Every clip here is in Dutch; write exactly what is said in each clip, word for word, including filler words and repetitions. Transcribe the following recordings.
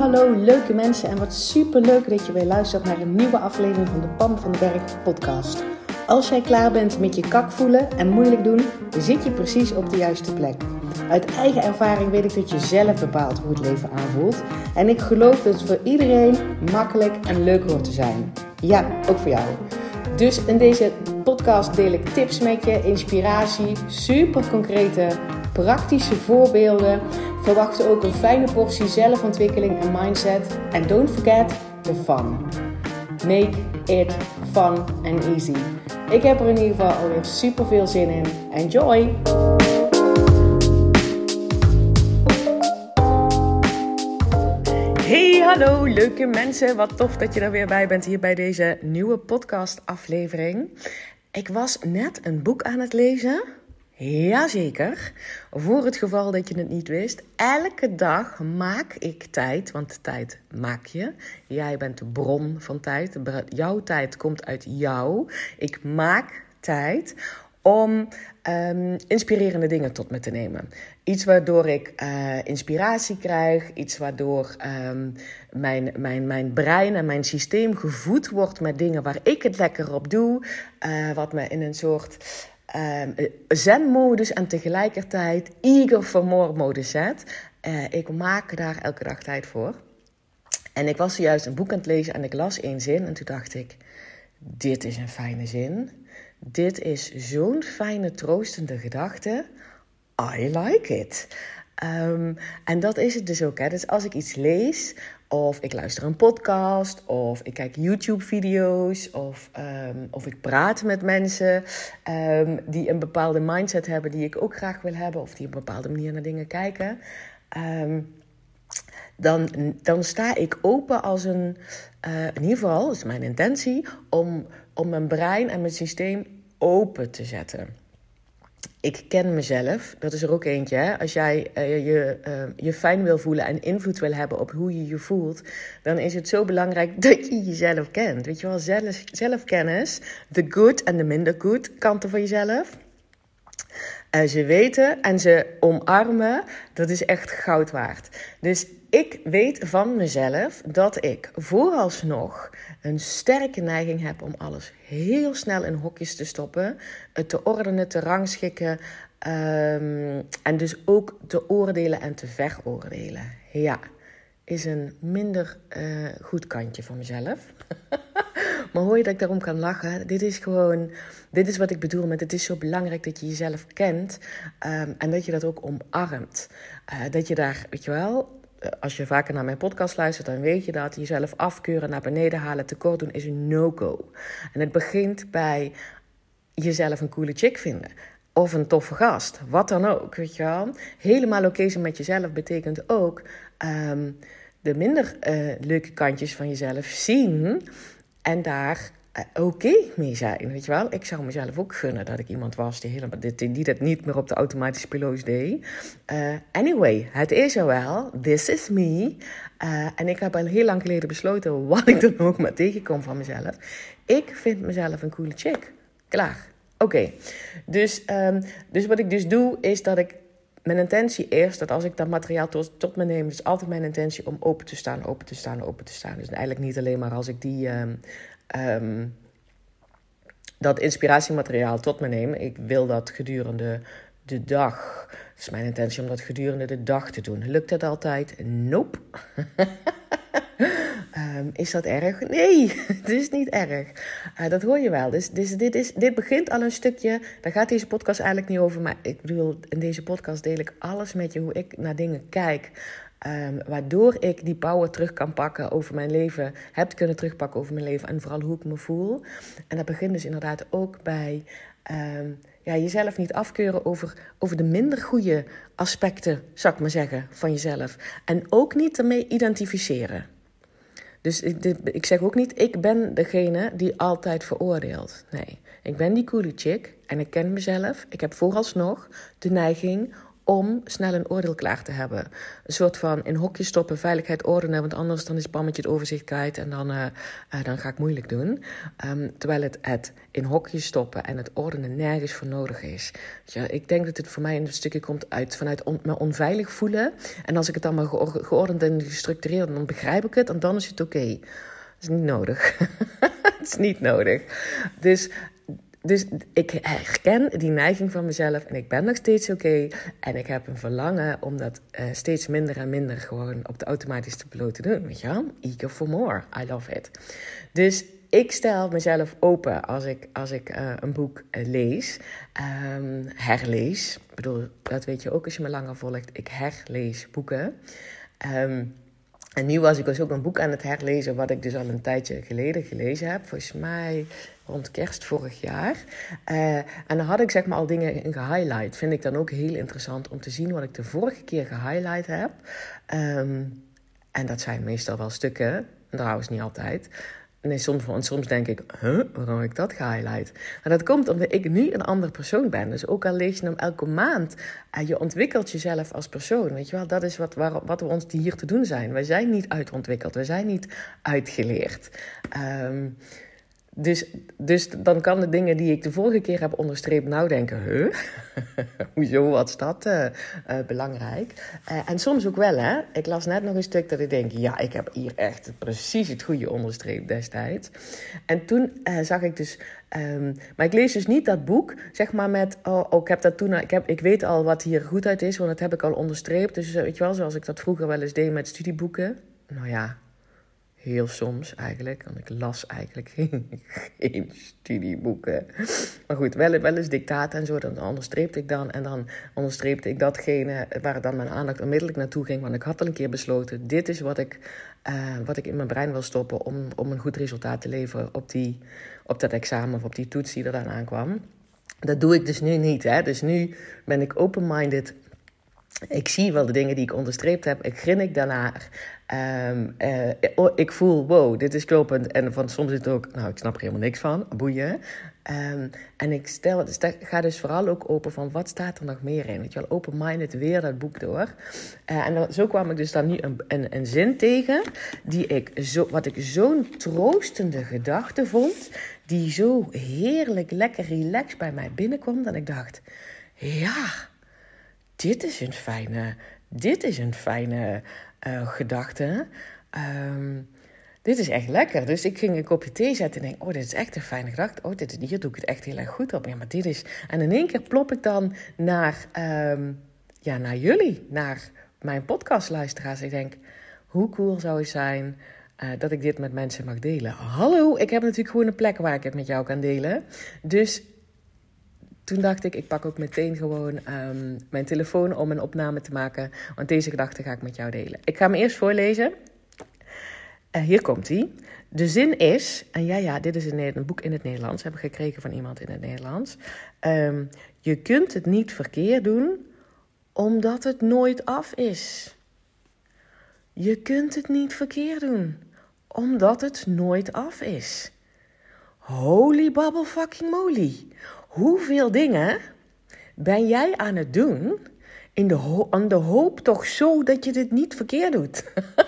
hallo leuke mensen en wat super leuk dat je weer luistert naar een nieuwe aflevering van de Pam van den Berg podcast. Als jij klaar bent met je kak voelen en moeilijk doen, dan zit je precies op de juiste plek. Uit eigen ervaring weet ik dat je zelf bepaalt hoe het leven aanvoelt. En ik geloof dat het voor iedereen makkelijk en leuk hoort te zijn. Ja, ook voor jou. Dus in deze podcast deel ik tips met je, inspiratie, super concrete, praktische voorbeelden. Verwacht ook een fijne portie zelfontwikkeling en mindset. En don't forget the fun. Make it fun and easy. Ik heb er in ieder geval alweer super veel zin in. Enjoy! Hey, hallo leuke mensen. Wat tof dat je er weer bij bent hier bij deze nieuwe podcast aflevering. Ik was net een boek aan het lezen. Jazeker. Voor het geval dat je het niet wist. Elke dag maak ik tijd, want tijd maak je. Jij bent de bron van tijd. Jouw tijd komt uit jou. Ik maak tijd om um, inspirerende dingen tot me te nemen. Iets waardoor ik uh, inspiratie krijg. Iets waardoor um, mijn, mijn, mijn brein en mijn systeem gevoed wordt met dingen waar ik het lekker op doe. Uh, wat me in een soort uh, zen-modus en tegelijkertijd eager for more modus zet. Uh, ik maak daar elke dag tijd voor. En ik was zojuist een boek aan het lezen en ik las één zin. En toen dacht ik, dit is een fijne zin. Dit is zo'n fijne, troostende gedachte. I like it. Um, en dat is het dus ook. Hè. Dus als ik iets lees, of ik luister een podcast, of ik kijk YouTube-video's, of, um, of ik praat met mensen um, die een bepaalde mindset hebben die ik ook graag wil hebben, of die op een bepaalde manier naar dingen kijken, um, dan, dan sta ik open als een, uh, in ieder geval, dat is mijn intentie, om, om mijn brein en mijn systeem open te zetten. Ik ken mezelf, dat is er ook eentje. Hè? Als jij uh, je, uh, je fijn wil voelen en invloed wil hebben op hoe je je voelt, dan is het zo belangrijk dat je jezelf kent. Weet je wel, zelf, zelfkennis, de good en de minder good kanten van jezelf. Uh, ze weten en ze omarmen, dat is echt goud waard. Dus ik weet van mezelf dat ik vooralsnog een sterke neiging heb om alles heel snel in hokjes te stoppen, het te ordenen, te rangschikken um, en dus ook te oordelen en te veroordelen. Ja, is een minder uh, goed kantje van mezelf. Maar hoor je dat ik daarom kan lachen? Dit is gewoon, dit is wat ik bedoel met het is zo belangrijk dat je jezelf kent um, en dat je dat ook omarmt. Uh, dat je daar, weet je wel, als je vaker naar mijn podcast luistert, dan weet je dat jezelf afkeuren, naar beneden halen, tekort doen is een no-go. En het begint bij jezelf een coole chick vinden. Of een toffe gast, wat dan ook, weet je wel. Helemaal oké zijn met jezelf betekent ook um, de minder uh, leuke kantjes van jezelf zien en daar uh, oké okay mee zijn, weet je wel. Ik zou mezelf ook gunnen dat ik iemand was die, helemaal, die, die dat niet meer op de automatische piloot deed. Uh, anyway, het is er wel. This is me. Uh, en ik heb al heel lang geleden besloten, wat ik dan ook maar tegenkom van mezelf. Ik vind mezelf een coole chick. Klaar. Oké. Okay. Dus, um, dus wat ik dus doe, is dat ik mijn intentie eerst, dat als ik dat materiaal tot, tot me neem, is altijd mijn intentie om open te staan, open te staan, open te staan. Dus eigenlijk niet alleen maar als ik die, um, um, dat inspiratiemateriaal tot me neem. Ik wil dat gedurende de dag. Het is mijn intentie om dat gedurende de dag te doen. Lukt dat altijd? Nope. Um, is dat erg? Nee, het is niet erg. Uh, dat hoor je wel. Dus, dus dit, is, dit begint al een stukje. Daar gaat deze podcast eigenlijk niet over. Maar ik bedoel, in deze podcast deel ik alles met je. Hoe ik naar dingen kijk. Um, waardoor ik die power terug kan pakken over mijn leven. Heb kunnen terugpakken over mijn leven. En vooral hoe ik me voel. En dat begint dus inderdaad ook bij Um, ja, jezelf niet afkeuren over, over de minder goede aspecten, zou ik maar zeggen, van jezelf. En ook niet ermee identificeren. Dus ik, dit, ik zeg ook niet, ik ben degene die altijd veroordeelt. Nee, ik ben die coole chick en ik ken mezelf. Ik heb vooralsnog de neiging om snel een oordeel klaar te hebben. Een soort van in hokjes stoppen, veiligheid ordenen, want anders dan is Pammetje het overzicht kwijt en dan, uh, uh, dan ga ik moeilijk doen. Um, terwijl het, het in hokjes stoppen en het ordenen nergens voor nodig is. Ja, ik denk dat het voor mij een stukje komt uit, vanuit on, me onveilig voelen. En als ik het dan maar geor- geordend en gestructureerd, dan begrijp ik het en dan is het oké. Okay. Dat is niet nodig. Het is niet nodig. Dus... Dus ik herken die neiging van mezelf en ik ben nog steeds oké. Okay, en ik heb een verlangen om dat uh, steeds minder en minder gewoon op de automatische piloot te doen. Weet je wel? Eager for more. I love it. Dus ik stel mezelf open als ik, als ik uh, een boek uh, lees, um, herlees. Ik bedoel, dat weet je ook als je me langer volgt. Ik herlees boeken. Um, En nu was ik dus ook een boek aan het herlezen, wat ik dus al een tijdje geleden gelezen heb. Volgens mij rond kerst vorig jaar. Uh, en dan had ik zeg maar al dingen in gehighlight. Vind ik dan ook heel interessant om te zien wat ik de vorige keer gehighlight heb. Um, en dat zijn meestal wel stukken, trouwens niet altijd. Nee, soms, want soms denk ik, huh, waarom heb ik dat gehighlight? Maar dat komt omdat ik nu een andere persoon ben. Dus ook al lees je hem elke maand, uh, je ontwikkelt jezelf als persoon. Weet je wel, dat is wat, waar, wat we ons hier te doen zijn. Wij zijn niet uitontwikkeld, wij zijn niet uitgeleerd. Um, Dus, dus dan kan de dingen die ik de vorige keer heb onderstreept nou denken, huh? Hoezo, wat is dat uh, uh, belangrijk? Uh, en soms ook wel, hè. Ik las net nog een stuk dat ik denk, ja, ik heb hier echt precies het goede onderstreept destijds. En toen uh, zag ik dus, um, maar ik lees dus niet dat boek, zeg maar met, oh, oh ik heb dat toen, ik, heb, ik weet al wat hier goed uit is, want dat heb ik al onderstreept. Dus weet je wel, zoals ik dat vroeger wel eens deed met studieboeken. Nou ja. Heel soms eigenlijk, want ik las eigenlijk geen, geen studieboeken. Maar goed, wel, wel eens dictaten en zo, dan onderstreepte ik dan. En dan onderstreepte ik datgene waar dan mijn aandacht onmiddellijk naartoe ging. Want ik had al een keer besloten, dit is wat ik, uh, wat ik in mijn brein wil stoppen om, om een goed resultaat te leveren op, die, op dat examen of op die toets die er dan aankwam. Dat doe ik dus nu niet, hè. Dus nu ben ik open-minded. Ik zie wel de dingen die ik onderstreept heb. Ik grin ik daarnaar. Um, uh, ik voel, wow, dit is kloppend. En van soms is het ook, nou, ik snap er helemaal niks van. Boeien. Um, en ik stel, stel, ga dus vooral ook open van, wat staat er nog meer in? Weet je wel, open-minded weer dat boek door. Uh, en dan, zo kwam ik dus dan nu een, een, een zin tegen, die ik zo, wat ik zo'n troostende gedachte vond, die zo heerlijk, lekker relaxed bij mij binnenkwam, dat ik dacht, ja... Dit is een fijne, dit is een fijne uh, gedachte. Um, dit is echt lekker. Dus ik ging een kopje thee zetten en denk, oh, dit is echt een fijne gedachte. Oh, dit, hier doe ik het echt heel erg goed op. Ja, maar dit is... En in één keer plop ik dan naar, um, ja, naar jullie, naar mijn podcastluisteraars. Ik denk, hoe cool zou het zijn uh, dat ik dit met mensen mag delen? Hallo, ik heb natuurlijk gewoon een plek waar ik het met jou kan delen. Dus... Toen dacht ik, ik pak ook meteen gewoon um, mijn telefoon om een opname te maken. Want deze gedachte ga ik met jou delen. Ik ga hem eerst voorlezen. Uh, hier komt hij. De zin is, en ja, ja, dit is een, een boek in het Nederlands. Heb ik gekregen van iemand in het Nederlands. Um, je kunt het niet verkeerd doen, omdat het nooit af is. Je kunt het niet verkeerd doen, omdat het nooit af is. Holy babbel fucking moly. Hoeveel dingen ben jij aan het doen in de ho- aan de hoop toch zo dat je dit niet verkeerd doet?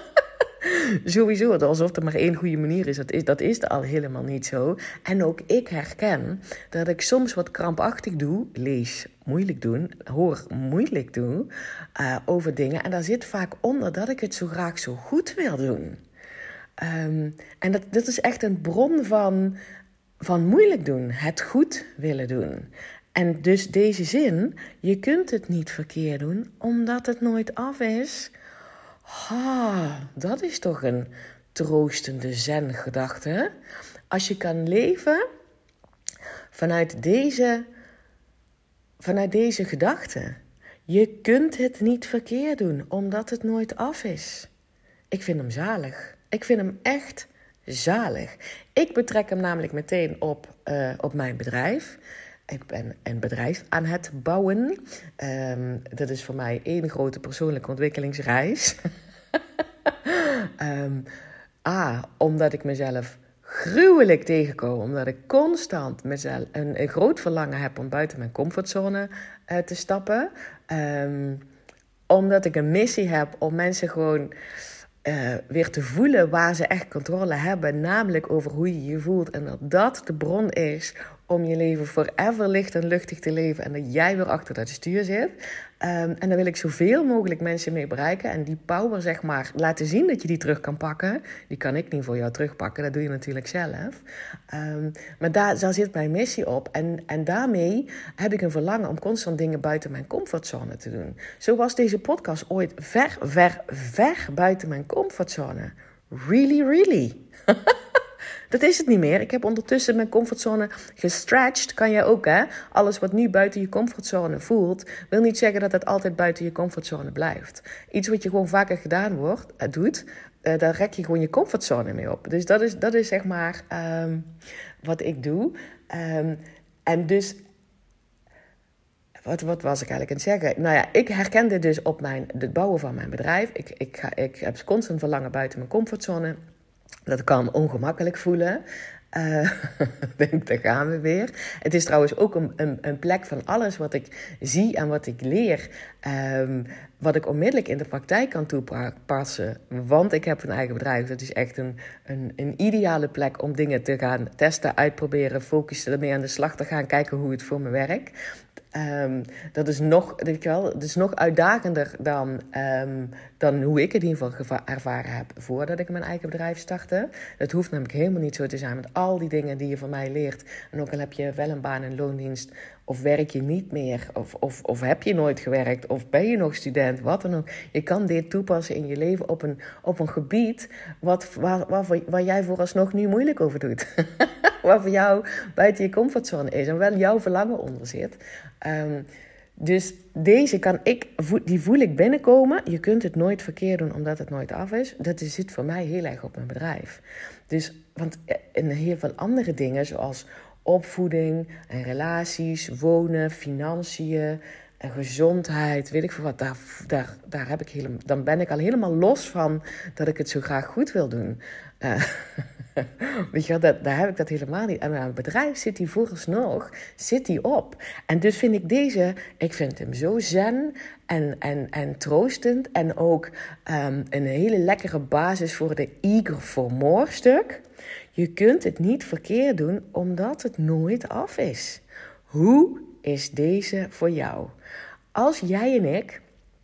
Sowieso, alsof er maar één goede manier is. Dat is. Dat is al helemaal niet zo. En ook ik herken dat ik soms wat krampachtig doe, lees moeilijk doen, hoor moeilijk doen uh, over dingen. En daar zit vaak onder dat ik het zo graag zo goed wil doen. Um, en dat, dat is echt een bron van... Van moeilijk doen, het goed willen doen. En dus deze zin, je kunt het niet verkeerd doen, omdat het nooit af is. Ha, dat is toch een troostende zen-gedachte. Als je kan leven vanuit deze, vanuit deze gedachte. Je kunt het niet verkeerd doen, omdat het nooit af is. Ik vind hem zalig. Ik vind hem echt zalig. Ik betrek hem namelijk meteen op, uh, op mijn bedrijf. Ik ben een bedrijf aan het bouwen. Um, dat is voor mij één grote persoonlijke ontwikkelingsreis. um, A, omdat ik mezelf gruwelijk tegenkom. Omdat ik constant mezelf een, een groot verlangen heb om buiten mijn comfortzone uh, te stappen. Um, omdat ik een missie heb om mensen gewoon uh, weer te voelen waar ze echt controle hebben. Namelijk over hoe je je voelt. En dat dat de bron is om je leven forever licht en luchtig te leven. En dat jij weer achter dat stuur zit. Um, en daar wil ik zoveel mogelijk mensen mee bereiken. En die power, zeg maar, laten zien dat je die terug kan pakken. Die kan ik niet voor jou terugpakken. Dat doe je natuurlijk zelf. Um, maar daar, daar zit mijn missie op. En, en daarmee heb ik een verlangen om constant dingen buiten mijn comfortzone te doen. Zo was deze podcast ooit ver, ver, ver buiten mijn comfortzone. Really, really. Dat is het niet meer. Ik heb ondertussen mijn comfortzone gestretched. Kan jij ook, hè? Alles wat nu buiten je comfortzone voelt, wil niet zeggen dat het altijd buiten je comfortzone blijft. Iets wat je gewoon vaker gedaan wordt, uh, doet, uh, daar rek je gewoon je comfortzone mee op. Dus dat is, dat is zeg maar um, wat ik doe. Um, en dus, wat, wat was ik eigenlijk aan het zeggen? Nou ja, ik herkende dus op mijn, het bouwen van mijn bedrijf. Ik, ik, ga, ik heb constant verlangen buiten mijn comfortzone. Dat kan ongemakkelijk voelen. Uh, denk, daar gaan we weer. Het is trouwens ook een, een, een plek van alles wat ik zie en wat ik leer. Um, wat ik onmiddellijk in de praktijk kan toepassen. Want ik heb een eigen bedrijf. Dat is echt een, een, een ideale plek om dingen te gaan testen, uitproberen, focussen, ermee aan de slag te gaan, kijken hoe het voor me werkt. Um, dat is nog, weet je wel, dat is nog uitdagender dan, um, dan hoe ik het in ieder geval ervaren heb voordat ik mijn eigen bedrijf startte. Het hoeft namelijk helemaal niet zo te zijn met al die dingen die je van mij leert. En ook al heb je wel een baan in loondienst, of werk je niet meer, of, of, of heb je nooit gewerkt, of ben je nog student, wat dan ook. Je kan dit toepassen in je leven op een, op een gebied wat, waar, waar, waar jij vooralsnog nu moeilijk over doet. Waar voor jou buiten je comfortzone is en wel jouw verlangen onder zit. Um, dus deze kan ik, die voel ik binnenkomen. Je kunt het nooit verkeerd doen omdat het nooit af is. Dat zit voor mij heel erg op mijn bedrijf. Dus, want in heel veel andere dingen zoals opvoeding en relaties, wonen, financiën en gezondheid, weet ik veel wat, daar, daar, daar heb ik helemaal, dan ben ik al helemaal los van dat ik het zo graag goed wil doen. Uh, Weet je, dat, daar heb ik dat helemaal niet. En mijn bedrijf zit die vooralsnog, zit die op. En dus vind ik deze, ik vind hem zo zen en, en, en troostend. En ook um, een hele lekkere basis voor de eager for more stuk. Je kunt het niet verkeerd doen, omdat het nooit af is. Hoe is deze voor jou? Als jij en ik,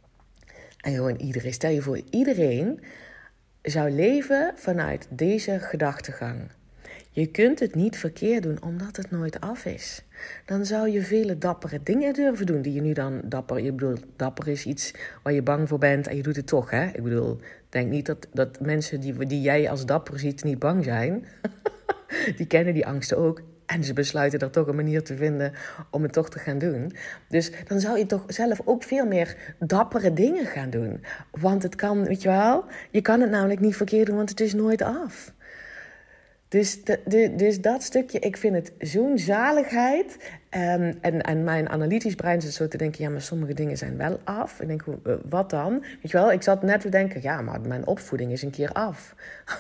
en gewoon iedereen, stel je voor iedereen zou leven vanuit deze gedachtegang. Je kunt het niet verkeerd doen omdat het nooit af is. Dan zou je vele dappere dingen durven doen die je nu dan dapper... Ik bedoel, dapper is iets waar je bang voor bent en je doet het toch, hè? Ik bedoel, denk niet dat, dat mensen die, die jij als dapper ziet niet bang zijn. Die kennen die angsten ook. En ze besluiten er toch een manier te vinden om het toch te gaan doen. Dus dan zou je toch zelf ook veel meer dappere dingen gaan doen. Want het kan, weet je wel, je kan het namelijk niet verkeerd doen, want het is nooit af. Dus, de, de, dus dat stukje, ik vind het zo'n zaligheid. Um, en, en mijn analytisch brein zit zo te denken, ja, maar sommige dingen zijn wel af. Ik denk, uh, wat dan? Weet je wel, ik zat net te denken, ja, maar mijn opvoeding is een keer af.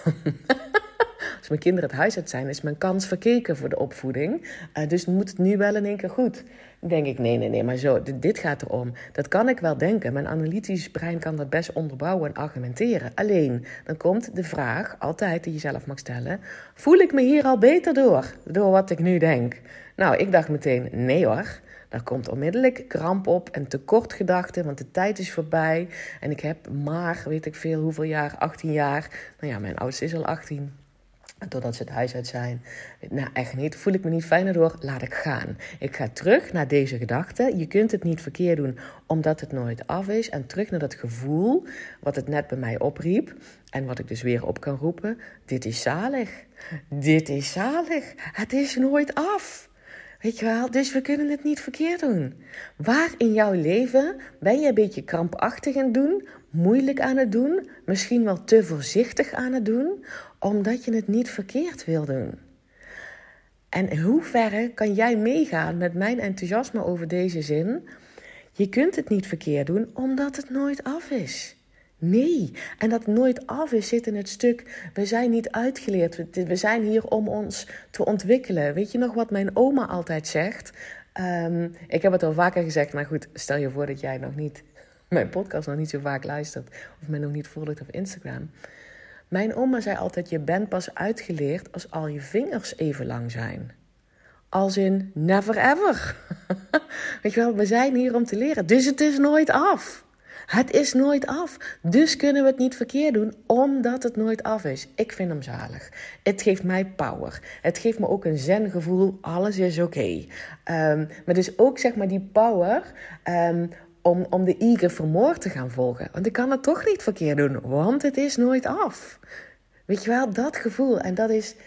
Als mijn kinderen het huis uit zijn, is mijn kans verkeken voor de opvoeding. Uh, dus moet het nu wel in één keer goed. Dan denk ik, nee, nee, nee, maar zo, dit, dit gaat erom. Dat kan ik wel denken. Mijn analytisch brein kan dat best onderbouwen en argumenteren. Alleen, dan komt de vraag, altijd die je zelf mag stellen, voel ik me hier al beter door, door wat ik nu denk? Nou, ik dacht meteen, nee hoor. Daar komt onmiddellijk kramp op en tekortgedachten, want de tijd is voorbij. En ik heb maar, weet ik veel, hoeveel jaar, achttien jaar. Nou ja, mijn oudste is al achttien. Totdat ze het huis uit zijn. Nou, echt niet. Voel ik me niet fijner door? Laat ik gaan. Ik ga terug naar deze gedachte. Je kunt het niet verkeerd doen, omdat het nooit af is. En terug naar dat gevoel, wat het net bij mij opriep. En wat ik dus weer op kan roepen. Dit is zalig. Dit is zalig. Het is nooit af. Weet je wel? Dus we kunnen het niet verkeerd doen. Waar in jouw leven ben je een beetje krampachtig aan het doen? Moeilijk aan het doen? Misschien wel te voorzichtig aan het doen? Omdat je het niet verkeerd wil doen. En in hoeverre kan jij meegaan met mijn enthousiasme over deze zin? Je kunt het niet verkeerd doen, omdat het nooit af is. Nee, en dat nooit af is, zit in het stuk, we zijn niet uitgeleerd. We, we zijn hier om ons te ontwikkelen. Weet je nog wat mijn oma altijd zegt? Um, ik heb het al vaker gezegd, maar goed, stel je voor dat jij nog niet, mijn podcast nog niet zo vaak luistert, of me nog niet volgt op Instagram. Mijn oma zei altijd, je bent pas uitgeleerd als al je vingers even lang zijn. Als in never ever. Weet je wel, we zijn hier om te leren, dus het is nooit af. Het is nooit af. Dus kunnen we het niet verkeerd doen, omdat het nooit af is. Ik vind hem zalig. Het geeft mij power. Het geeft me ook een zen-gevoel. Alles is oké. Okay. Um, maar dus ook zeg maar die power um, om, om de eager for more te gaan volgen. Want ik kan het toch niet verkeerd doen, want het is nooit af. Weet je wel, dat gevoel. En dat is...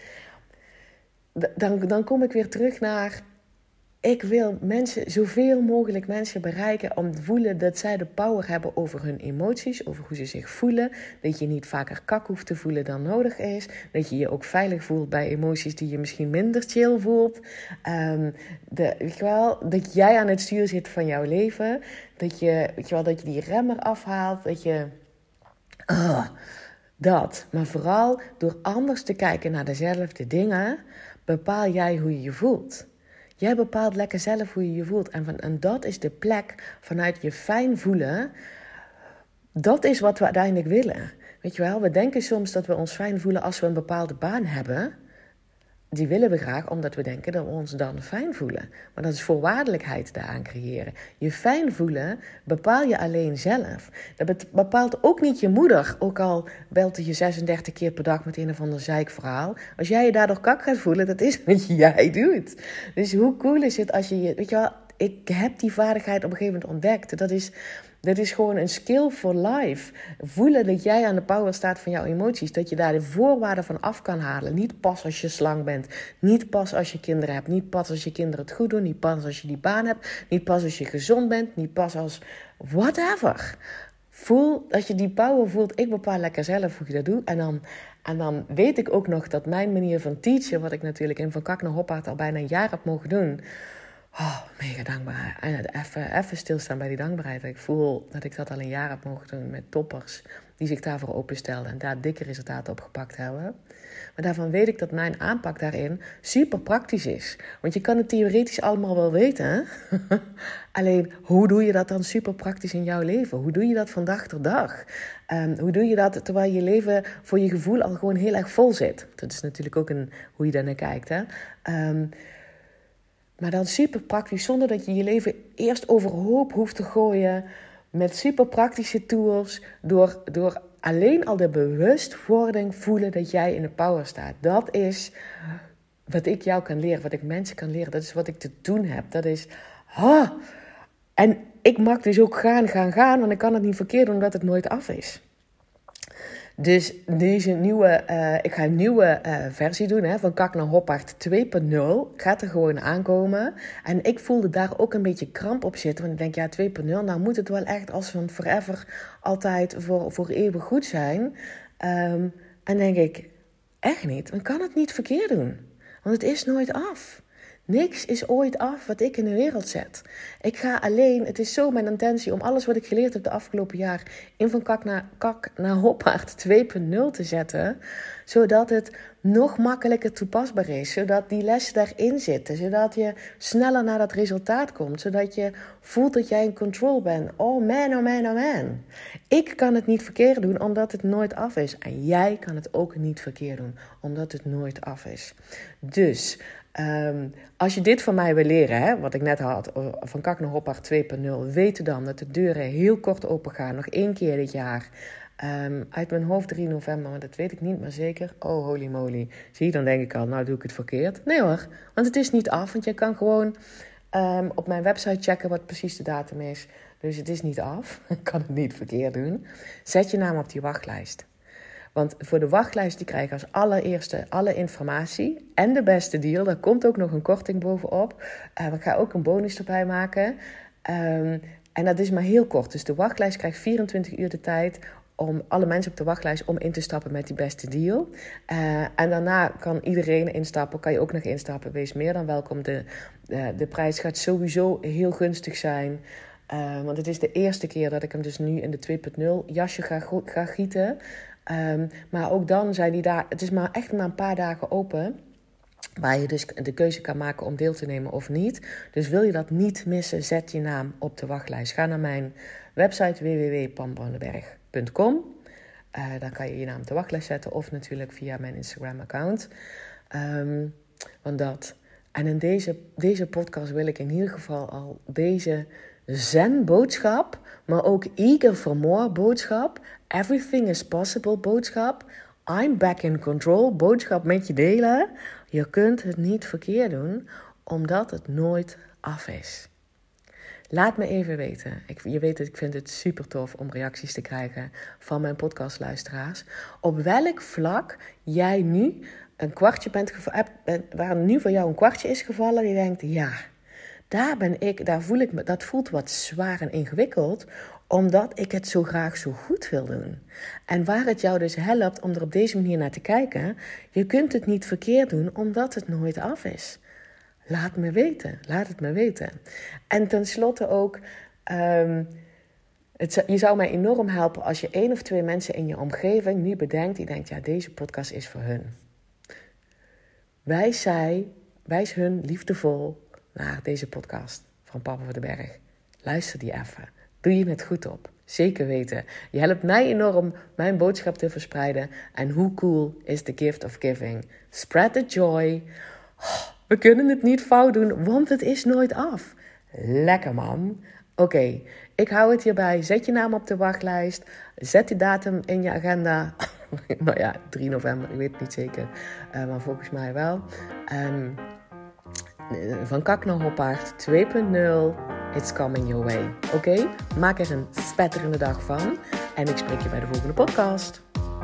Dan, dan kom ik weer terug naar... Ik wil mensen, zoveel mogelijk mensen bereiken om te voelen dat zij de power hebben over hun emoties, over hoe ze zich voelen. Dat je niet vaker kak hoeft te voelen dan nodig is. Dat je je ook veilig voelt bij emoties die je misschien minder chill voelt. Um, de, weet je wel, dat jij aan het stuur zit van jouw leven. Dat je, weet je wel, dat je die remmer afhaalt. Dat je... Uh, dat. Maar vooral door anders te kijken naar dezelfde dingen, bepaal jij hoe je je voelt. Jij bepaalt lekker zelf hoe je je voelt. En, van, en dat is de plek vanuit je fijn voelen. Dat is wat we uiteindelijk willen. Weet je wel, we denken soms dat we ons fijn voelen als we een bepaalde baan hebben. Die willen we graag omdat we denken dat we ons dan fijn voelen. Maar dat is voorwaardelijkheid daaraan creëren. Je fijn voelen bepaal je alleen zelf. Dat bepaalt ook niet je moeder. Ook al belt hij je zesendertig keer per dag met een of ander zeikverhaal. Als jij je daardoor kak gaat voelen, dat is wat jij doet. Dus hoe cool is het als je je... Weet je wel, ik heb die vaardigheid op een gegeven moment ontdekt. Dat is... Dat is gewoon een skill for life. Voelen dat jij aan de power staat van jouw emoties. Dat je daar de voorwaarden van af kan halen. Niet pas als je slang bent. Niet pas als je kinderen hebt. Niet pas als je kinderen het goed doen. Niet pas als je die baan hebt. Niet pas als je gezond bent. Niet pas als whatever. Voel dat je die power voelt. Ik bepaal lekker zelf hoe je dat doet. En dan, en dan weet ik ook nog dat mijn manier van teachen, wat ik natuurlijk in Van Kak naar Hoppaard al bijna een jaar heb mogen doen... Oh, mega dankbaar. En even, even stilstaan bij die dankbaarheid. Ik voel dat ik dat al een jaar heb mogen doen met toppers die zich daarvoor openstelden en daar dikke resultaten op gepakt hebben. Maar daarvan weet ik dat mijn aanpak daarin super praktisch is. Want je kan het theoretisch allemaal wel weten. Hè? Alleen, hoe doe je dat dan super praktisch in jouw leven? Hoe doe je dat van dag tot dag? Um, hoe doe je dat terwijl je leven voor je gevoel al gewoon heel erg vol zit? Dat is natuurlijk ook een, hoe je daar naar kijkt. Hè? Um, Maar dan super praktisch, zonder dat je je leven eerst overhoop hoeft te gooien. Met super praktische tools. Door, door alleen al de bewustwording voelen dat jij in de power staat. Dat is wat ik jou kan leren, wat ik mensen kan leren. Dat is wat ik te doen heb. Dat is... Ah. En ik mag dus ook gaan, gaan, gaan. Want ik kan het niet verkeerd doen omdat het nooit af is. Dus deze nieuwe, uh, ik ga een nieuwe uh, versie doen, hè, van Kak naar Hoppaard twee punt nul. Gaat er gewoon aankomen. En ik voelde daar ook een beetje kramp op zitten. Want ik denk, ja, twee punt nul, nou moet het wel echt als van forever altijd voor, voor eeuwig goed zijn. Um, en denk ik, echt niet. Dan kan het niet verkeerd doen. Want het is nooit af. Niks is ooit af wat ik in de wereld zet. Ik ga alleen, het is zo mijn intentie om alles wat ik geleerd heb de afgelopen jaar in Van Kak naar, Kak naar Hoppaard twee punt nul te zetten. Zodat het nog makkelijker toepasbaar is. Zodat die lessen daarin zitten. Zodat je sneller naar dat resultaat komt. Zodat je voelt dat jij in control bent. Oh man, oh man, oh man. Ik kan het niet verkeerd doen omdat het nooit af is. En jij kan het ook niet verkeerd doen omdat het nooit af is. Dus... Um, als je dit van mij wil leren, hè, wat ik net had, van Kak naar Hoppaard twee punt nul, weet dan dat de deuren heel kort open gaan. Nog één keer dit jaar. Um, uit mijn hoofd drie november, maar dat weet ik niet, maar zeker. Oh, holy moly. Zie je, dan denk ik al, nou doe ik het verkeerd. Nee hoor, want het is niet af, want je kan gewoon um, op mijn website checken wat precies de datum is. Dus het is niet af, ik kan het niet verkeerd doen. Zet je naam op die wachtlijst. Want voor de wachtlijst die krijg je als allereerste alle informatie en de beste deal. Daar komt ook nog een korting bovenop. Uh, ik ga ook een bonus erbij maken. Um, en dat is maar heel kort. Dus de wachtlijst krijgt vierentwintig uur de tijd om alle mensen op de wachtlijst om in te stappen met die beste deal. Uh, en daarna kan iedereen instappen, kan je ook nog instappen. Wees meer dan welkom. De, de, de prijs gaat sowieso heel gunstig zijn. Uh, want het is de eerste keer dat ik hem dus nu in de twee punt nul jasje ga, ga gieten. Um, maar ook dan zijn die daar... Het is maar echt maar een paar dagen open, waar je dus de keuze kan maken om deel te nemen of niet. Dus wil je dat niet missen, zet je naam op de wachtlijst. Ga naar mijn website w w w punt pam van den berg punt com. Uh, daar kan je je naam op de wachtlijst zetten. Of natuurlijk via mijn Instagram-account. Um, want dat... En in deze, deze podcast wil ik in ieder geval al deze zen-boodschap, maar ook eager for more boodschap, everything is possible boodschap, I'm back in control boodschap met je delen. Je kunt het niet verkeerd doen, omdat het nooit af is. Laat me even weten. Ik, je weet het, ik vind het super tof om reacties te krijgen van mijn podcastluisteraars. Op welk vlak jij nu een kwartje bent gevallen, waar nu voor jou een kwartje is gevallen, die denkt, ja, daar ben ik, daar voel ik me, dat voelt wat zwaar en ingewikkeld, omdat ik het zo graag zo goed wil doen. En waar het jou dus helpt om er op deze manier naar te kijken, je kunt het niet verkeerd doen, omdat het nooit af is. Laat me weten, laat het me weten. En tenslotte ook, um, het, je zou mij enorm helpen als je één of twee mensen in je omgeving nu bedenkt, die denkt, ja, deze podcast is voor hun. Wijs zij, wijs hun liefdevol naar deze podcast van Papa van den Berg. Luister die even. Doe je het goed op. Zeker weten. Je helpt mij enorm mijn boodschap te verspreiden. En hoe cool is the gift of giving? Spread the joy. Oh, we kunnen het niet fout doen, want het is nooit af. Lekker man. Oké, okay, ik hou het hierbij. Zet je naam op de wachtlijst. Zet die datum in je agenda. Nou ja, drie november, ik weet het niet zeker. Uh, maar volgens mij wel. Um, van Kak naar Hoppaard twee punt nul. It's coming your way. Oké? Okay? Maak er een spetterende dag van. En ik spreek je bij de volgende podcast.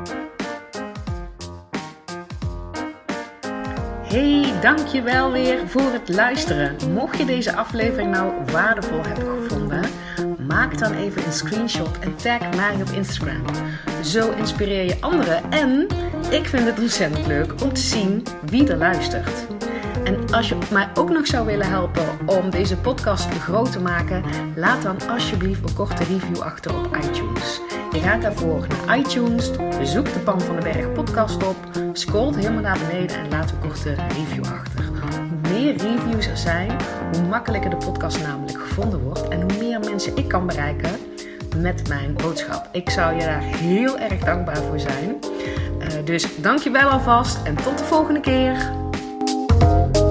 Hey, dankjewel weer voor het luisteren. Mocht je deze aflevering nou waardevol hebben gevonden, maak dan even een screenshot en tag mij op Instagram. Zo inspireer je anderen en ik vind het ontzettend leuk om te zien wie er luistert. En als je mij ook nog zou willen helpen om deze podcast groot te maken, laat dan alsjeblieft een korte review achter op iTunes. Je gaat daarvoor naar iTunes, zoek de Pam van den Berg podcast op, scrolt helemaal naar beneden en laat een korte review achter. Hoe meer reviews er zijn, hoe makkelijker de podcast namelijk gevonden wordt en hoe meer mensen ik kan bereiken met mijn boodschap. Ik zou je daar heel erg dankbaar voor zijn. Uh, dus dank je wel alvast en tot de volgende keer.